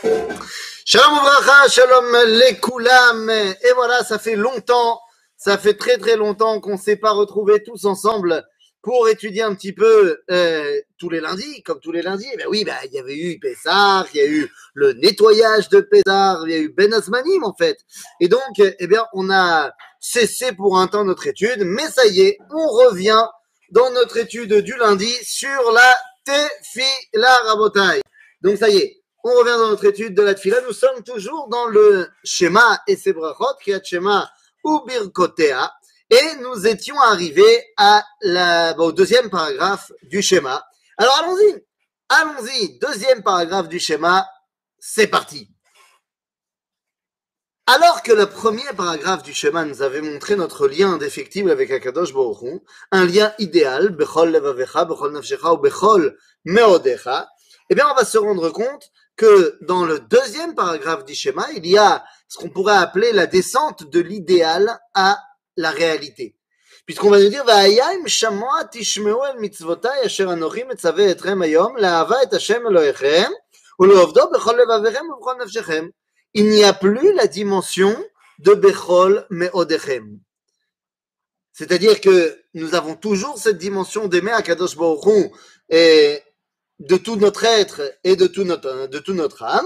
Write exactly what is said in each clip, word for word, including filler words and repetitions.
Shalom Uvracha, Shalom Lekoulam. Et voilà, ça fait longtemps, ça fait très très longtemps qu'on ne s'est pas retrouvés tous ensemble pour étudier un petit peu euh, tous les lundis, comme tous les lundis. Eh bien oui, ben, il y avait eu Pessah, il y a eu le nettoyage de Pessah, il y a eu Ben Azmanim en fait. Et donc, eh bien, on a cessé pour un temps notre étude, mais ça y est, on revient dans notre étude du lundi sur la Tefila Rabotai. Donc ça y est. On revient dans notre étude de la Tfila. Nous sommes toujours dans le Shema et ses brachot, Kriyat Shema ou Birkotea. Et nous étions arrivés à la, au deuxième paragraphe du Shema. Alors allons-y. Allons-y. Deuxième paragraphe du Shema. C'est parti. Alors que le premier paragraphe du Shema nous avait montré notre lien indéfectible avec Akadosh Baruch Hu, un lien idéal, Bechol levavecha, Bechol nafshecha ou Bechol meodecha, eh bien on va se rendre compte que dans le deuxième paragraphe du schéma, il y a ce qu'on pourrait appeler la descente de l'idéal à la réalité. Puisqu'on va nous dire, Va'ayim shamoa tishmeu el mitzvotai asher anochi metzaveh etrem hayom la'ava et Hashem Elohechem u'le'ovdo bechol levavechem u'bechol nafshechem. Il n'y a plus la dimension de bechol me'odechem. C'est-à-dire que nous avons toujours cette dimension d'aimer Akadosh Baruch Hu et de tout notre être et de tout notre, de tout notre âme,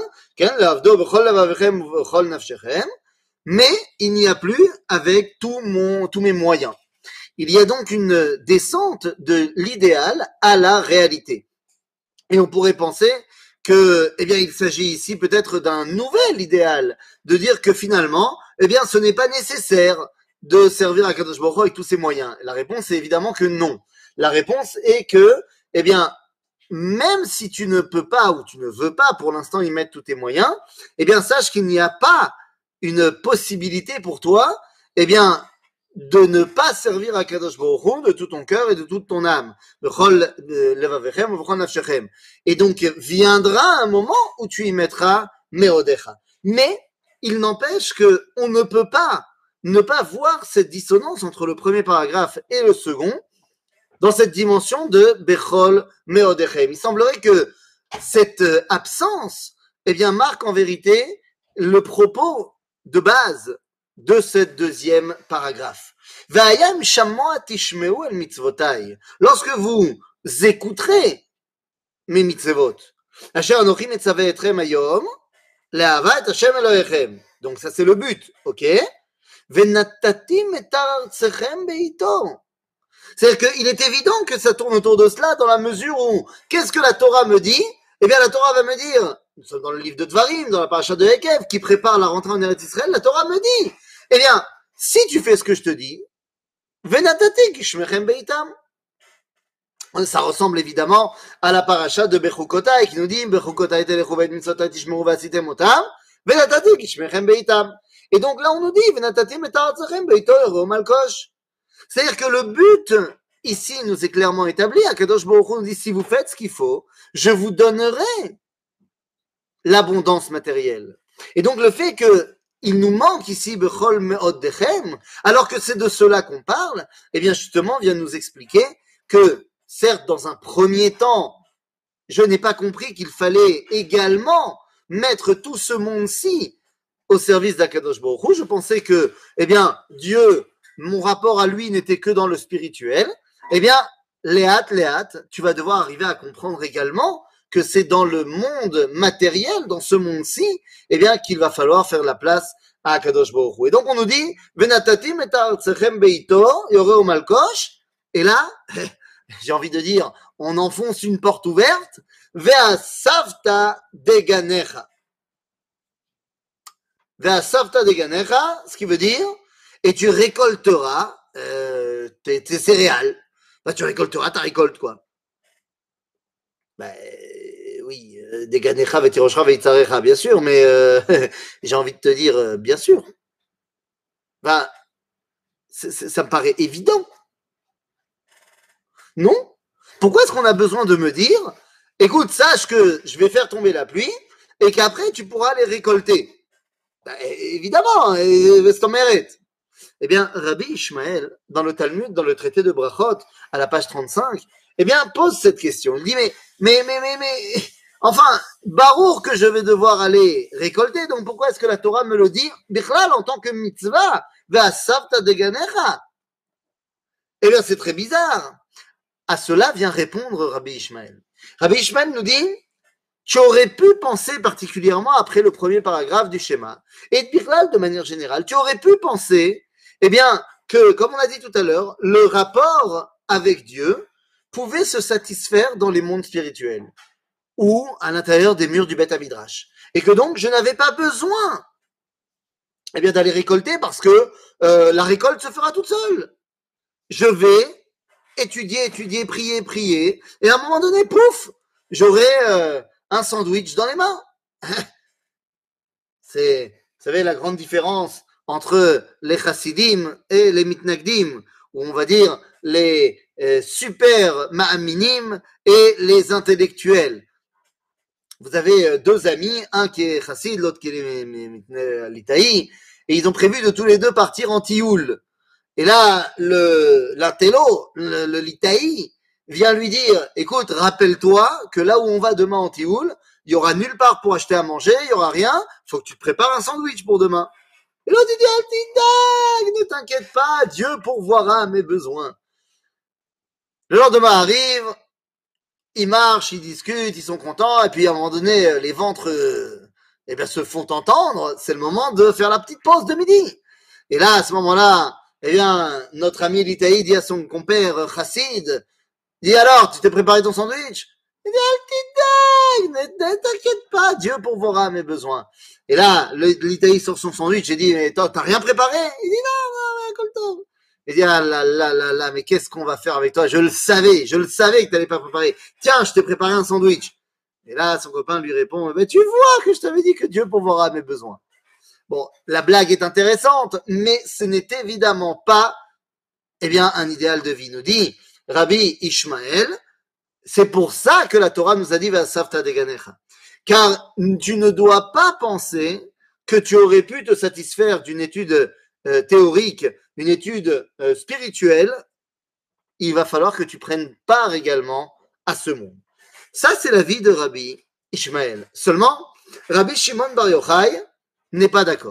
mais il n'y a plus avec tout mon, tous mes moyens. Il y a donc une descente de l'idéal à la réalité. Et on pourrait penser que, eh bien, il s'agit ici peut-être d'un nouvel idéal, de dire que finalement, eh bien, ce n'est pas nécessaire de servir à Kadosh Baruch Hu avec tous ses moyens. La réponse est évidemment que non. La réponse est que, eh bien, même si tu ne peux pas ou tu ne veux pas pour l'instant y mettre tous tes moyens, eh bien sache qu'il n'y a pas une possibilité pour toi, eh bien de ne pas servir à Kadosh Baruch Hu de tout ton cœur et de toute ton âme. Et donc viendra un moment où tu y mettras meodecha. Mais il n'empêche que on ne peut pas ne pas voir cette dissonance entre le premier paragraphe et le second, dans cette dimension de Bechol Meodechem. Il semblerait que cette absence, eh bien, marque en vérité le propos de base de ce deuxième paragraphe. Va'ayam shamoa tishmeu el mitzvotai. Lorsque vous écouterez mes mitzvot, asher anochi metzaveh etrem hayom, le'avat et Hashem Elohechem. Donc ça c'est le but, ok? Ve'natatim et artzechem beito. C'est-à-dire qu'il est évident que ça tourne autour de cela dans la mesure où, qu'est-ce que la Torah me dit? Eh bien, la Torah va me dire, nous sommes dans le livre de Dvarim, dans la paracha de Hekev, qui prépare la rentrée en Eretz Israël, la Torah me dit, eh bien, si tu fais ce que je te dis, venatati kishmechem beitam. Ça ressemble évidemment à la paracha de Bechukotai, qui nous dit, Bechukotai telechu veit mitzvotai tishmeru v'asitem otam, venatati kishmechem beitam. Et donc là, on nous dit, venatati metarzachem beito yero malkosh. C'est-à-dire que le but, ici, nous est clairement établi. Akadosh Baruch Hu nous dit, si vous faites ce qu'il faut, je vous donnerai l'abondance matérielle. Et donc, le fait qu'il nous manque ici, Bechol Me'odechem, alors que c'est de cela qu'on parle, eh bien, justement, vient nous expliquer que, certes, dans un premier temps, je n'ai pas compris qu'il fallait également mettre tout ce monde-ci au service d'Akadosh Baruch Hu. Je pensais que, eh bien, Dieu, mon rapport à lui n'était que dans le spirituel, eh bien, Léat, Léat, tu vas devoir arriver à comprendre également que c'est dans le monde matériel, dans ce monde-ci, eh bien, qu'il va falloir faire la place à Akadosh Baruch Hu. Et donc, on nous dit, Venatatim et artzechem beito, yoreo malkosh, et là, j'ai envie de dire, on enfonce une porte ouverte, Vea savta deganecha. Vea savta deganecha, ce qui veut dire, et tu récolteras euh, tes, tes céréales. Bah, tu récolteras ta récolte, quoi. Bah, oui, des ganecha, vetiroshra, veitzarecha, bien sûr, mais euh, j'ai envie de te dire, euh, bien sûr. Bah, c'est, c'est, ça me paraît évident. Non? Pourquoi est-ce qu'on a besoin de me dire, écoute, sache que je vais faire tomber la pluie et qu'après, tu pourras les récolter? Bah, évidemment, c'est ton mérite. Eh bien, Rabbi Ishmael, dans le Talmud, dans le traité de Brachot, à la page trente-cinq, eh bien, pose cette question. Il dit, mais, mais, mais, mais, mais, Enfin, barour que je vais devoir aller récolter, donc pourquoi est-ce que la Torah me le dit, Bichlal, en tant que mitzvah, ve'asavta deganecha? Eh bien, c'est très bizarre. À cela vient répondre Rabbi Ishmael. Rabbi Ishmael nous dit, tu aurais pu penser particulièrement après le premier paragraphe du schéma, et de Bichlal de manière générale, tu aurais pu penser, eh bien, que, comme on a dit tout à l'heure, le rapport avec Dieu pouvait se satisfaire dans les mondes spirituels ou à l'intérieur des murs du Beth Midrash. Et que donc, je n'avais pas besoin eh bien, d'aller récolter parce que euh, la récolte se fera toute seule. Je vais étudier, étudier, prier, prier, et à un moment donné, pouf, j'aurai euh, un sandwich dans les mains. C'est, vous savez, la grande différence entre les chassidim et les mitnagdim, où on va dire les euh, super ma'aminim et les intellectuels. Vous avez deux amis, un qui est chassid, l'autre qui est litaï, et ils ont prévu de tous les deux partir en tioul. Et là, le, l'intello, le, le litaï, vient lui dire, écoute, rappelle-toi que là où on va demain en tioul, il y aura nulle part pour acheter à manger, il y aura rien, faut que tu te prépares un sandwich pour demain. Et l'autre il dit, Altidag, ne t'inquiète pas, Dieu pourvoira mes besoins. Le lendemain arrive, ils marchent, ils discutent, ils sont contents, et puis à un moment donné, les ventres euh, eh bien, se font entendre, c'est le moment de faire la petite pause de midi. Et là, à ce moment-là, eh bien, notre ami l'Itaï dit à son compère Chassid, dit alors, tu t'es préparé ton sandwich? Il dit, ne, ne t'inquiète pas, Dieu pourvoira mes besoins. Et là, l'Itaï sort son sandwich et dit, mais toi, t'as rien préparé? Il dit, non, non, non, comme il dit, ah là là là là, mais qu'est-ce qu'on va faire avec toi? Je le savais, je le savais que tu n'allais pas préparer. Tiens, je t'ai préparé un sandwich. Et là, son copain lui répond, mais tu vois que je t'avais dit que Dieu pourvoira mes besoins. Bon, la blague est intéressante, mais ce n'est évidemment pas, eh bien, un idéal de vie. Nous dit Rabbi Ishmael, c'est pour ça que la Torah nous a dit, Vasavta deganecha. Car tu ne dois pas penser que tu aurais pu te satisfaire d'une étude euh, théorique, une étude euh, spirituelle, il va falloir que tu prennes part également à ce monde. Ça, c'est la vie de Rabbi Ishmael. Seulement, Rabbi Shimon Bar Yochai n'est pas d'accord.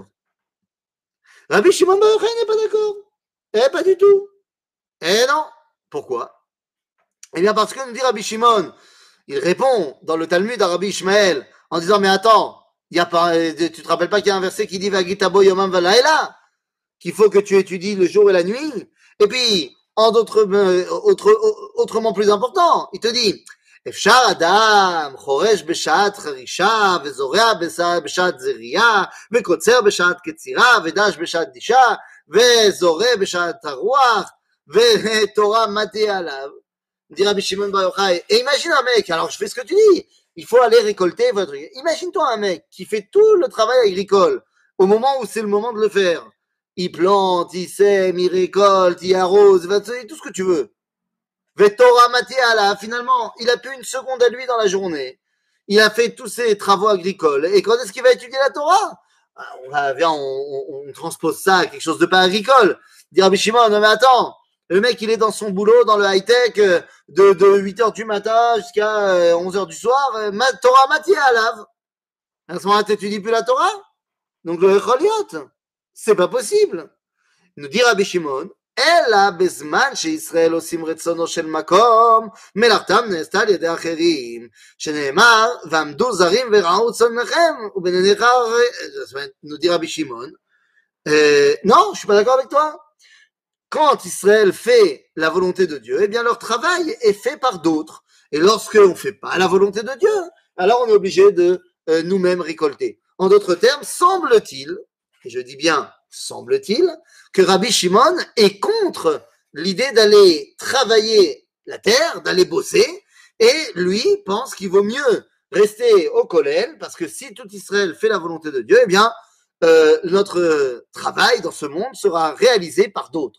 Rabbi Shimon Bar Yochai n'est pas d'accord. Eh, pas du tout. Eh non. Pourquoi? Eh bien, parce que nous dit Rabbi Shimon, il répond dans le Talmud à Rabbi Ishmael en disant, mais attends, y a pas, tu te rappelles pas qu'il y a un verset qui dit Vagitabo Yomam Valaela, qu'il faut que tu étudies le jour et la nuit? Et puis, en d'autres, euh, autre, autrement plus important, il te dit, אפשר אדם חורש בשעת חרישה וזורע בשעת זריעה וקוצר בשעת קצירה ודש בשעת דישה וזורע בשעת הרוח ותורה מתי עליו. Dit Rabbi Shimon Bar Yochai. Et imagine un mec, alors je fais ce que tu dis, il faut aller récolter votre... Imagine-toi un mec qui fait tout le travail agricole au moment où c'est le moment de le faire. Il plante, il sème, il récolte, il arrose, tout ce que tu veux. Vetora Matiala, finalement, il a plus une seconde à lui dans la journée. Il a fait tous ses travaux agricoles. Et quand est-ce qu'il va étudier la Torah? On va, viens, on, on, on transpose ça à quelque chose de pas agricole. Dire Rabbi Shimon, non mais attends, le mec il est dans son boulot, dans le high-tech, de, de huit heures du matin jusqu'à onze heures du soir, Torah Matiala. À ce moment-là, tu n'étudies plus la Torah? Donc le Echoliot, c'est pas possible. Nous dit Rabbi Shimon, אלא בזמן שישראל עושים רצונו של מקום, מלאכתם נעשתה על ידי אחרים, שנאמר, ועמדו זרים וראו צונכם, ובעיניך, nous dit Rabbi Shimon, euh, non, je suis pas d'accord avec toi. Quand Israël fait la volonté de Dieu, eh bien leur travail est fait par d'autres. Et lorsque on ne fait pas la volonté de Dieu, alors on est obligé de euh, nous-mêmes récolter. En d'autres termes, semble-t-il, et je dis bien semble-t-il, que Rabbi Shimon est contre l'idée d'aller travailler la terre, d'aller bosser, et lui pense qu'il vaut mieux rester au Kollel, parce que si tout Israël fait la volonté de Dieu, eh bien, euh, notre travail dans ce monde sera réalisé par d'autres.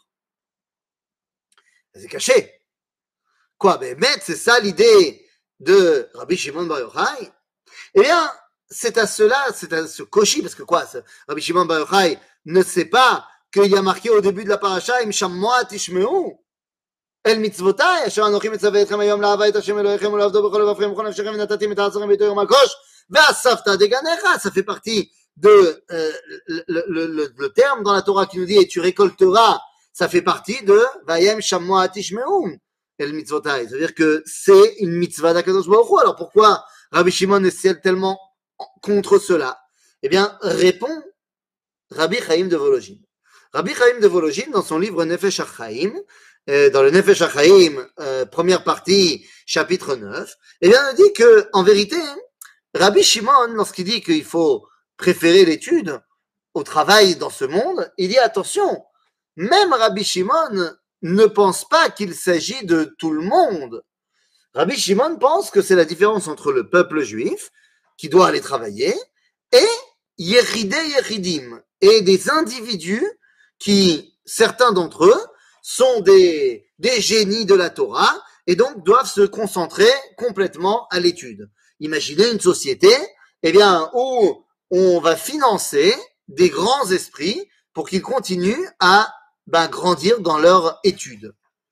C'est caché. Quoi, ben, mais c'est ça l'idée de Rabbi Shimon Bar Yochai. Eh bien, c'est à cela, c'est à ce koshi, parce que quoi, Rabbi Shimon Bar Yochai ne sait pas qu'il y a marqué au début de la paracha, Im shammoa tishmeu. אל מצוותיי, אשר אנוכי מצווה אתכם היום לאהבה את השם אלוהיכם ולעבדו בכל לבבכם ובכל נפשכם ונתתם את הארץ ביתו יום הקודש ואספת דגניך. Ça fait partie de euh, le, le, le, le terme dans la Torah qui nous dit et tu récolteras, ça fait partie de Vayem Shammoa Tishmeum El Mitzvotai. C'est-à-dire que c'est une mitzvah d'Akadosh Baruch Hu. Alors pourquoi Rabbi Shimon est tellement contre cela? Eh bien, répond Rabbi Chaim de Volojin. Rabbi Chaim de Volojin, dans son livre Nefesh HaChaim, euh, dans le Nefesh HaChaim, euh, première partie, chapitre neuf, eh bien, il dit que, en vérité, Rabbi Shimon, lorsqu'il dit qu'il faut préférer l'étude au travail dans ce monde, il dit attention, même Rabbi Shimon ne pense pas qu'il s'agit de tout le monde. Rabbi Shimon pense que c'est la différence entre le peuple juif, qui doit aller travailler, et Yechidei Yechidim, et des individus qui, certains d'entre eux, sont des, des génies de la Torah, et donc doivent se concentrer complètement à l'étude. Imaginez une société, eh bien, où on va financer des grands esprits pour qu'ils continuent à ben, grandir dans leur étude.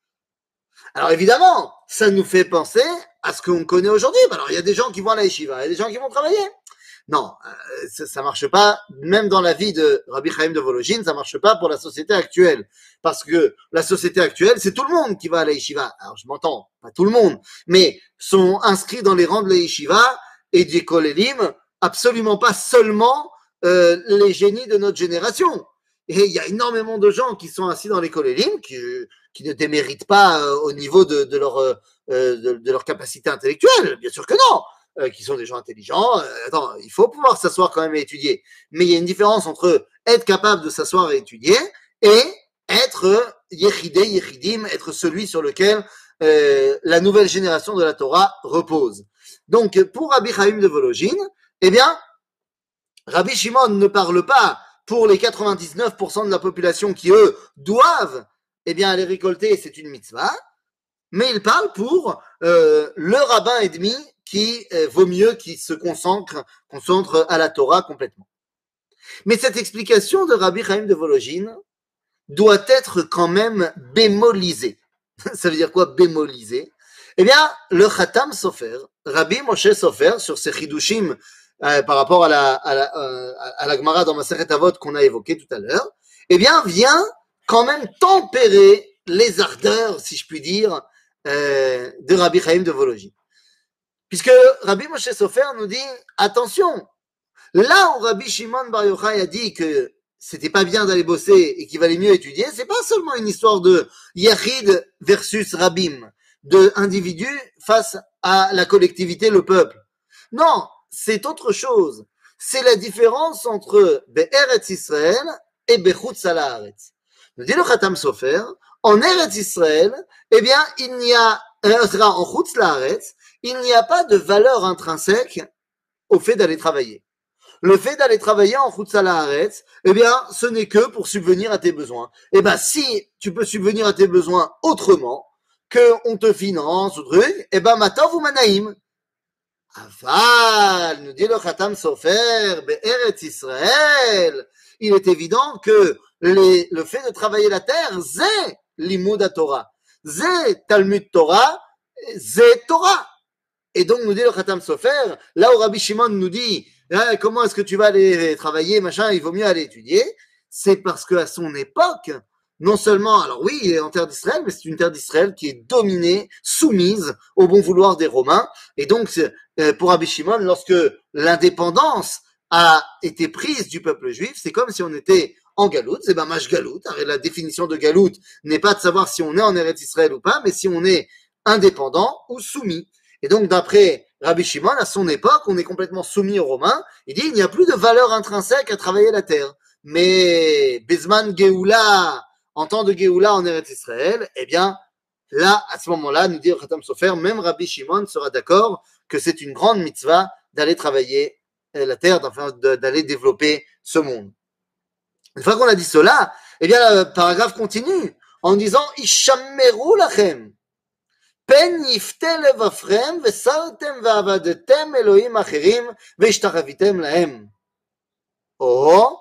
Alors évidemment, ça nous fait penser à ce qu'on connaît aujourd'hui. Alors il y a des gens qui vont à la yeshiva, il y a des gens qui vont travailler. Non, euh, ça, ça marche pas, même dans la vie de Rabbi Chaim de Volojin, ça marche pas pour la société actuelle. Parce que la société actuelle, c'est tout le monde qui va à la yeshiva. Alors je m'entends, pas tout le monde, mais sont inscrits dans les rangs de la yeshiva et des kolélim, absolument pas seulement euh, les génies de notre génération. Et il y a énormément de gens qui sont assis dans les kolélim, qui, qui ne déméritent pas euh, au niveau de, de, leur, euh, de, de leur capacité intellectuelle, bien sûr que non. Euh, qui sont des gens intelligents. Euh, attends, il faut pouvoir s'asseoir quand même et étudier. Mais il y a une différence entre être capable de s'asseoir et étudier et être Yechidei Yechidim, être celui sur lequel euh, la nouvelle génération de la Torah repose. Donc, pour Rabbi Chaim de Volojin, eh bien, Rabbi Shimon ne parle pas pour les quatre-vingt-dix-neuf pour cent de la population qui, eux, doivent eh bien, aller récolter, c'est une mitzvah, mais il parle pour euh, le rabbin et demi qui euh, vaut mieux qu'il se concentre, concentre à la Torah complètement. Mais cette explication de Rabbi Chaim de Volojin doit être quand même bémolisée. Ça veut dire quoi, bémolisée? Eh bien, le Khatam Sofer, Rabbi Moshe Sofer, sur ses chidushim euh, par rapport à la, à la, euh, à la Gemara dans Masechet Avot qu'on a évoqué tout à l'heure, eh bien, vient quand même tempérer les ardeurs, si je puis dire, euh, de Rabbi Chaim de Volojin. Puisque Rabbi Moshe Sofer nous dit, attention, là où Rabbi Shimon Bar Yochai a dit que c'était pas bien d'aller bosser et qu'il valait mieux étudier, c'est pas seulement une histoire de Yachid versus Rabbim, de individus face à la collectivité, le peuple. Non, c'est autre chose. C'est la différence entre Be'eretz Israël et Bechutz Haaretz. Nous dit le Khatam Sofer, en Eretz Israël, eh bien, il n'y a, euh, en Chutz Haaretz, il n'y a pas de valeur intrinsèque au fait d'aller travailler. Le fait d'aller travailler en Chutz Haaretz, eh bien, ce n'est que pour subvenir à tes besoins. Eh bien, si tu peux subvenir à tes besoins autrement, qu'on te finance ou truc, eh bien, matov ou manaïm. Aval, nous dit le Khatam Sofer, Be'eretz Israël, il est évident que les, le fait de travailler la terre, c'est l'imoud Torah. C'est Talmud Torah, c'est Torah. Et donc, nous dit le Khatam Sofer, là où Rabbi Shimon nous dit, ah, comment est-ce que tu vas aller travailler, machin, il vaut mieux aller étudier, c'est parce qu'à son époque, non seulement, alors oui, il est en terre d'Israël, mais c'est une terre d'Israël qui est dominée, soumise au bon vouloir des Romains. Et donc, pour Rabbi Shimon, lorsque l'indépendance a été prise du peuple juif, c'est comme si on était en galoute, c'est ben mach galoute. La définition de galoute n'est pas de savoir si on est en Eretz Israël ou pas, mais si on est indépendant ou soumis. Et donc, d'après Rabbi Shimon, à son époque, on est complètement soumis aux Romains. Il dit, il n'y a plus de valeur intrinsèque à travailler la terre. Mais Bezman Geoula, en temps de Geoula en Eretz Israël, eh bien, là, à ce moment-là, nous dit le Khatam Sofer, même Rabbi Shimon sera d'accord que c'est une grande mitzvah d'aller travailler la terre, enfin, d'aller développer ce monde. Une fois qu'on a dit cela, eh bien, le paragraphe continue en disant, Ishammeru lachem. פן יפתה לבבכם וסרתם ועבדתם אלוהים אחרים והשתחוויתם להם. Oh,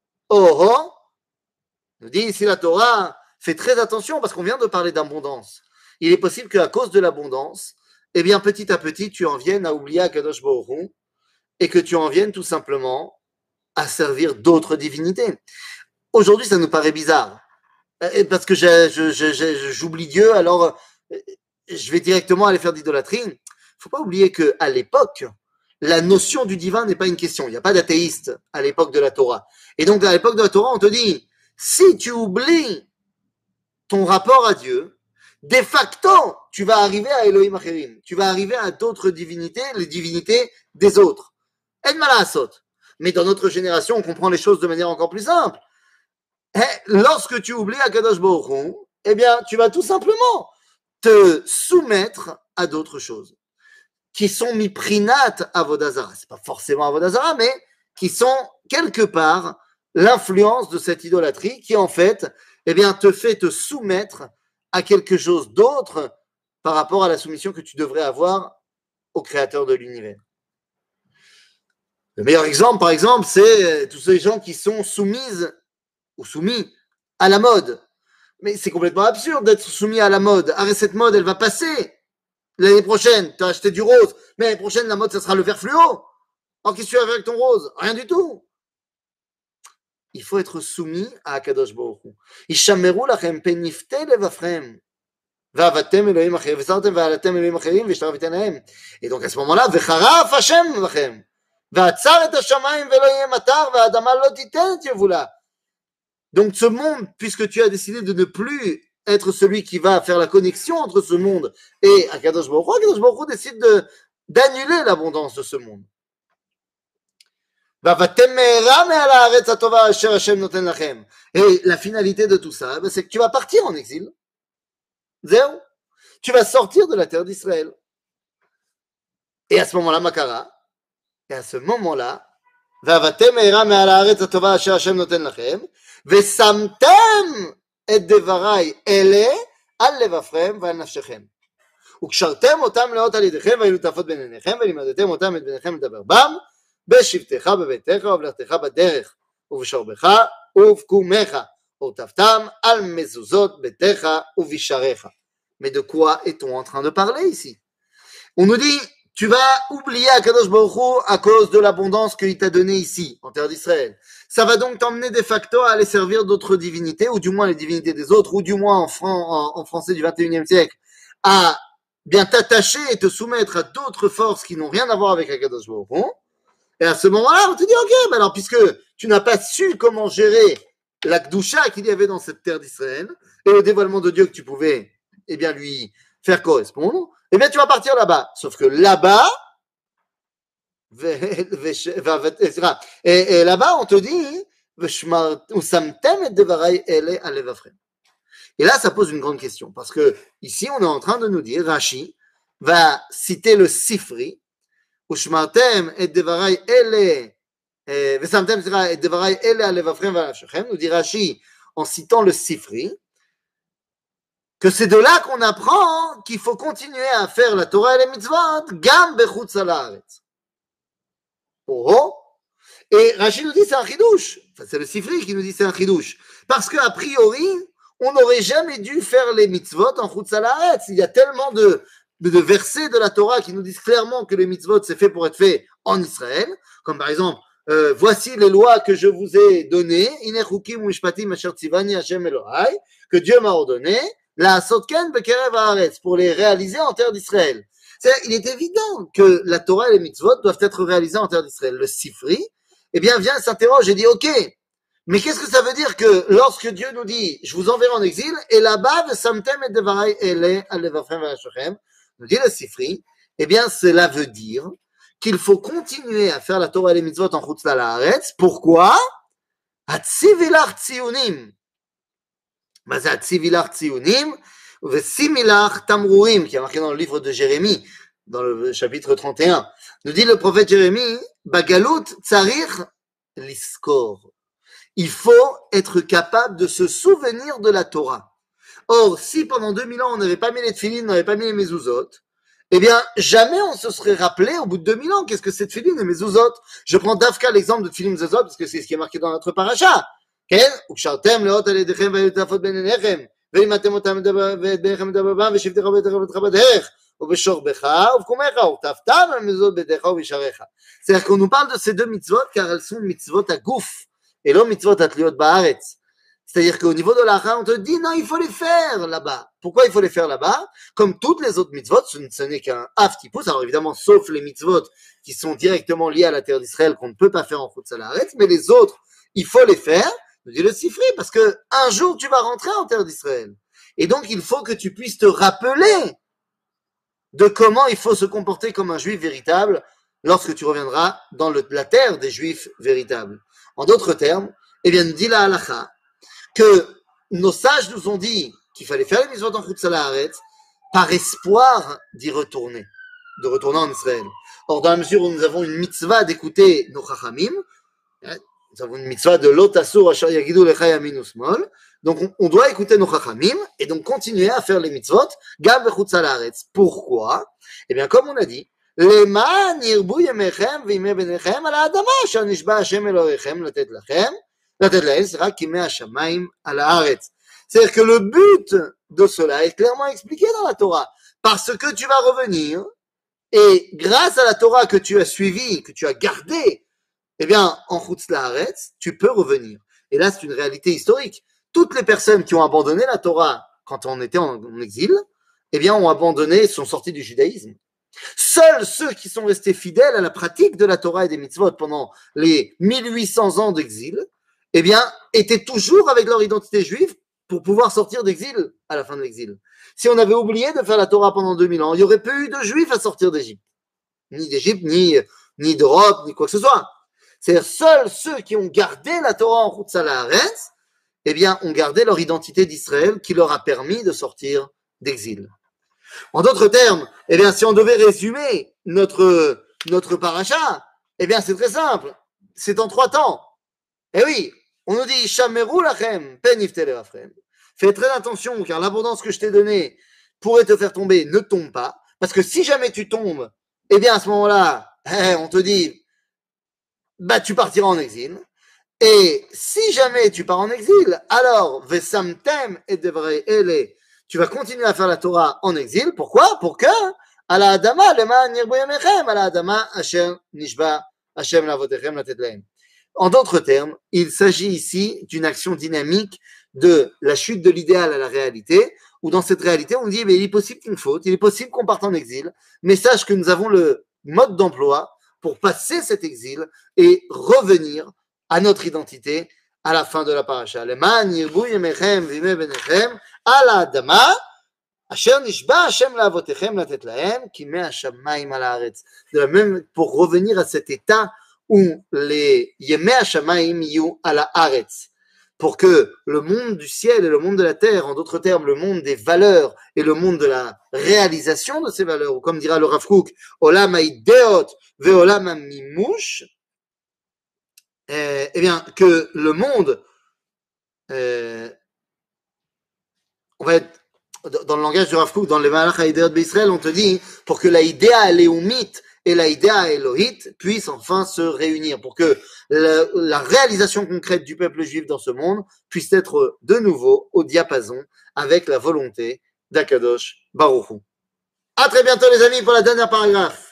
oh, nous dit ici la Torah, fais très attention parce qu'on vient de parler d'abondance. il est possible qu'à cause de l'abondance, eh bien, petit à petit, tu en viennes à oublier Akadosh Baruch Hu et que tu en viennes tout simplement à servir d'autres divinités. Aujourd'hui, ça nous paraît bizarre. Parce que je, je, je, je, j'oublie Dieu, alors je vais directement aller faire d'idolâtrie. Il ne faut pas oublier qu'à l'époque, la notion du divin n'est pas une question. Il n'y a pas d'athéiste à l'époque de la Torah. Et donc, à l'époque de la Torah, on te dit, si tu oublies ton rapport à Dieu, de facto, tu vas arriver à Elohim Acherim. Tu vas arriver à d'autres divinités, les divinités des autres. En malasot. Mais dans notre génération, on comprend les choses de manière encore plus simple. Et lorsque tu oublies Akadosh Baruch Hu, eh bien, tu vas tout simplement te soumettre à d'autres choses qui sont miprinat avodazara. C'est pas forcément avodazara, mais qui sont quelque part l'influence de cette idolâtrie qui, en fait, eh bien, te fait te soumettre à quelque chose d'autre par rapport à la soumission que tu devrais avoir au créateur de l'univers. Le meilleur exemple, par exemple, c'est tous ces gens qui sont soumises ou soumis à la mode. Mais c'est complètement absurde d'être soumis à la mode. Arrête, cette mode, elle va passer. L'année prochaine, tu as acheté du rose, mais l'année prochaine, la mode, ça sera le vert fluo. Alors, qu'est-ce que tu vas faire avec ton rose? Rien du tout. Il faut être soumis à Akadosh Baruch Hu. Ishameru lachem penifte levafrem. Va'avatem Elohim acherim, v'sartem va'alatem Elohim acherim, v'shtaraviten lahem. Et donc, à ce moment-là, v'charaf Hashem lachem. Va'atzar et hashamayim ve'lo yeh matar, va'adama lo titen et yevula. Donc, ce monde, puisque tu as décidé de ne plus être celui qui va faire la connexion entre ce monde et Akadosh Baruch Hu, Akadosh Baruch Hu décide de, d'annuler l'abondance de ce monde. Et la finalité de tout ça, c'est que tu vas partir en exil. Zéro. Tu vas sortir de la terre d'Israël. Et à ce moment-là, Makara, et à ce moment-là, ושמתם את דבריי אלה על לבבכם ועל נפשכם. וקשרתם אותם לאות על ידיכם והיו לטפות בין עיניכם ולימדתם אותם את בניכם לדבר בם בשבתך בביתך ובלכתך בדרך ובשוכבך ובקומך וכתבתם על מזוזות ביתך ובשעריך. Mais de quoi est-on en train de parler ici? On nous dit, tu vas oublier Akadosh Baruch Hu à cause de l'abondance qu'il t'a donnée ici, en terre d'Israël. Ça va donc t'emmener de facto à aller servir d'autres divinités, ou du moins les divinités des autres, ou du moins en, fran- en, en français du vingt et unième siècle, à bien t'attacher et te soumettre à d'autres forces qui n'ont rien à voir avec Akadosh Baruch Hu. Et à ce moment-là, on te dit, ok, ben alors puisque tu n'as pas su comment gérer la Kdusha qu'il y avait dans cette terre d'Israël, et le dévoilement de Dieu que tu pouvais, eh bien, lui faire correspondre, eh bien, tu vas partir là-bas. Sauf que là-bas, et, et là-bas, on te dit, et là, ça pose une grande question. Parce que ici, on est en train de nous dire, Rashi va citer le Sifri, ושמרתם את דבריי אלה, ושמתם את דבריי אלה על לבבכם ועל נפשכם, nous dit Rashi en citant le Sifri, que c'est de là qu'on apprend qu'il faut continuer à faire la Torah et les mitzvot, gam bechutz haaretz. Oh, et Rashi nous dit c'est un chidouche, enfin, c'est le Sifri qui nous dit c'est un chidouche, parce qu'a priori, on n'aurait jamais dû faire les mitzvot en chutz haaretz. Il y a tellement de, de, de versets de la Torah qui nous disent clairement que les mitzvot c'est fait pour être fait en Israël, comme par exemple, euh, voici les lois que je vous ai données, ine chukim u'mishpatim asher tzivani Hashem Elohai, que Dieu m'a ordonné, la sotken bekerev haaretz, pour les réaliser en terre d'Israël. C'est-à-dire, il est évident que la Torah et les mitzvot doivent être réalisés en terre d'Israël. Le Sifri, eh bien, vient s'interroge et dit, ok, mais qu'est-ce que ça veut dire que lorsque Dieu nous dit, je vous enverrai en exil, et là-bas, v'samtem et devarai ele al levavchem v'ashochem, nous dit le Sifri, eh bien, cela veut dire qu'il faut continuer à faire la Torah et les mitzvot en chutz la'aretz. Pourquoi? Hatzivilach tzionim. Mais c'est Hatzivilach tzionim, Vesimilach tamrurim, qui est marqué dans le livre de Jérémie, dans le chapitre trente et un. Nous dit le prophète Jérémie, Bagalut tsarich liskor. Il faut être capable de se souvenir de la Torah. Or, si pendant deux mille ans on n'avait pas mis les tefilines, on n'avait pas mis les mezuzot, eh bien, jamais on se serait rappelé au bout de deux mille ans qu'est-ce que c'est tefilines et mezuzot. Je prends d'Afka l'exemple de tefilines mezuzot parce que c'est ce qui est marqué dans notre paracha. וימתם אותם ואת בניכם מדבר בם, ושבתך ובתך ובתך בדרך, ובשוכבך ובקומך, וכתבתם על מזוזות בידיך ובשעריך. C'est-à-dire qu'on nous parle de ces deux mitzvot car elles sont mitzvot à gouf et non mitzvot atliot baaretz. C'est-à-dire qu'au niveau de l'Acha, on te dit non, il faut les faire là-bas. Pourquoi il faut les faire là-bas? Comme toutes les autres mitzvot, ce, ce n'est qu'un aftipus, alors évidemment, sauf les mitzvot qui sont directement liés à la terre d'Israël, qu'on ne peut pas faire en Chutz La'aretz, mais les autres, il faut les faire, nous dit le Sifri, parce que un jour tu vas rentrer en terre d'Israël. Et donc, il faut que tu puisses te rappeler de comment il faut se comporter comme un juif véritable lorsque tu reviendras dans le, la terre des juifs véritables. En d'autres termes, eh bien, dit la halacha, que nos sages nous ont dit qu'il fallait faire les mitzvot en Chutz La'aretz par espoir d'y retourner, de retourner en Israël. Or, dans la mesure où nous avons une mitzvah d'écouter nos chachamim, nous avons une mitzvah de l'otasur asher yagidu lecha yamin usmol, donc on, on doit écouter nos chachamim et donc continuer à faire les mitzvot gam bechutz la'aretz. Pourquoi? Eh bien, comme on a dit, leman yirbu yemechem v'yimei benechem al ha'adama asher nishba Hashem Elohechem latet lachem. C'est-à-dire que le but de cela est clairement expliqué dans la Torah. Parce que tu vas revenir, et grâce à la Torah que tu as suivie, que tu as gardée, eh bien, en Chutz La'aretz, tu peux revenir. Et là, c'est une réalité historique. Toutes les personnes qui ont abandonné la Torah quand on était en, en exil, eh bien, ont abandonné, sont sortis du judaïsme. Seuls ceux qui sont restés fidèles à la pratique de la Torah et des mitzvot pendant les mille huit cents ans d'exil, eh bien, étaient toujours avec leur identité juive pour pouvoir sortir d'exil à la fin de l'exil. Si on avait oublié de faire la Torah pendant deux mille ans, il n'y aurait pas eu de juifs à sortir d'Égypte. Ni d'Égypte, ni, ni d'Europe, ni quoi que ce soit. C'est-à-dire, seuls ceux qui ont gardé la Torah en Chutz La'aretz, eh bien, ont gardé leur identité d'Israël qui leur a permis de sortir d'exil. En d'autres termes, eh bien, si on devait résumer notre, notre paracha, eh bien, c'est très simple. C'est en trois temps. Eh oui, on nous dit, Shameru lachem, pen yiftele rafrem. Fais très attention, car l'abondance que je t'ai donnée pourrait te faire tomber, ne tombe pas. Parce que si jamais tu tombes, eh bien, à ce moment-là, eh, on te dit, bah, tu partiras en exil. Et si jamais tu pars en exil, alors, vesamtem et devrait ele, tu vas continuer à faire la Torah en exil. Pourquoi? Pour que, à la adama, leman yirbu yemechem, à la adama, asher nishba, Hashem lavotechem latet lahem. En d'autres termes, il s'agit ici d'une action dynamique de la chute de l'idéal à la réalité, où dans cette réalité, on dit, mais il est possible qu'une faute, il est possible qu'on parte en exil, mais sache que nous avons le mode d'emploi pour passer cet exil et revenir à notre identité à la fin de la paracha. Leman yirbu yemechem v'yimei benechem al ha'adama asher nishba Hashem la'avotechem latet lahem ki me'hashamayim al ha'aretz. De la même, pour revenir à cet état où les yemei hashamayim yu ala haaretz, pour que le monde du ciel et le monde de la terre, en d'autres termes, le monde des valeurs et le monde de la réalisation de ces valeurs, ou comme dira le Rav Kook, olam haideot ve'olam hamimush, eh bien, que le monde, euh, on va être, dans le langage du Rav Kook, dans les Malach haideot d'Israël, on te dit, pour que la idéa léomite et la idéa Elohit puissent enfin se réunir pour que la, la réalisation concrète du peuple juif dans ce monde puisse être de nouveau au diapason avec la volonté d'Akadosh Baruch Hu. À très bientôt les amis pour la dernière paragraphe.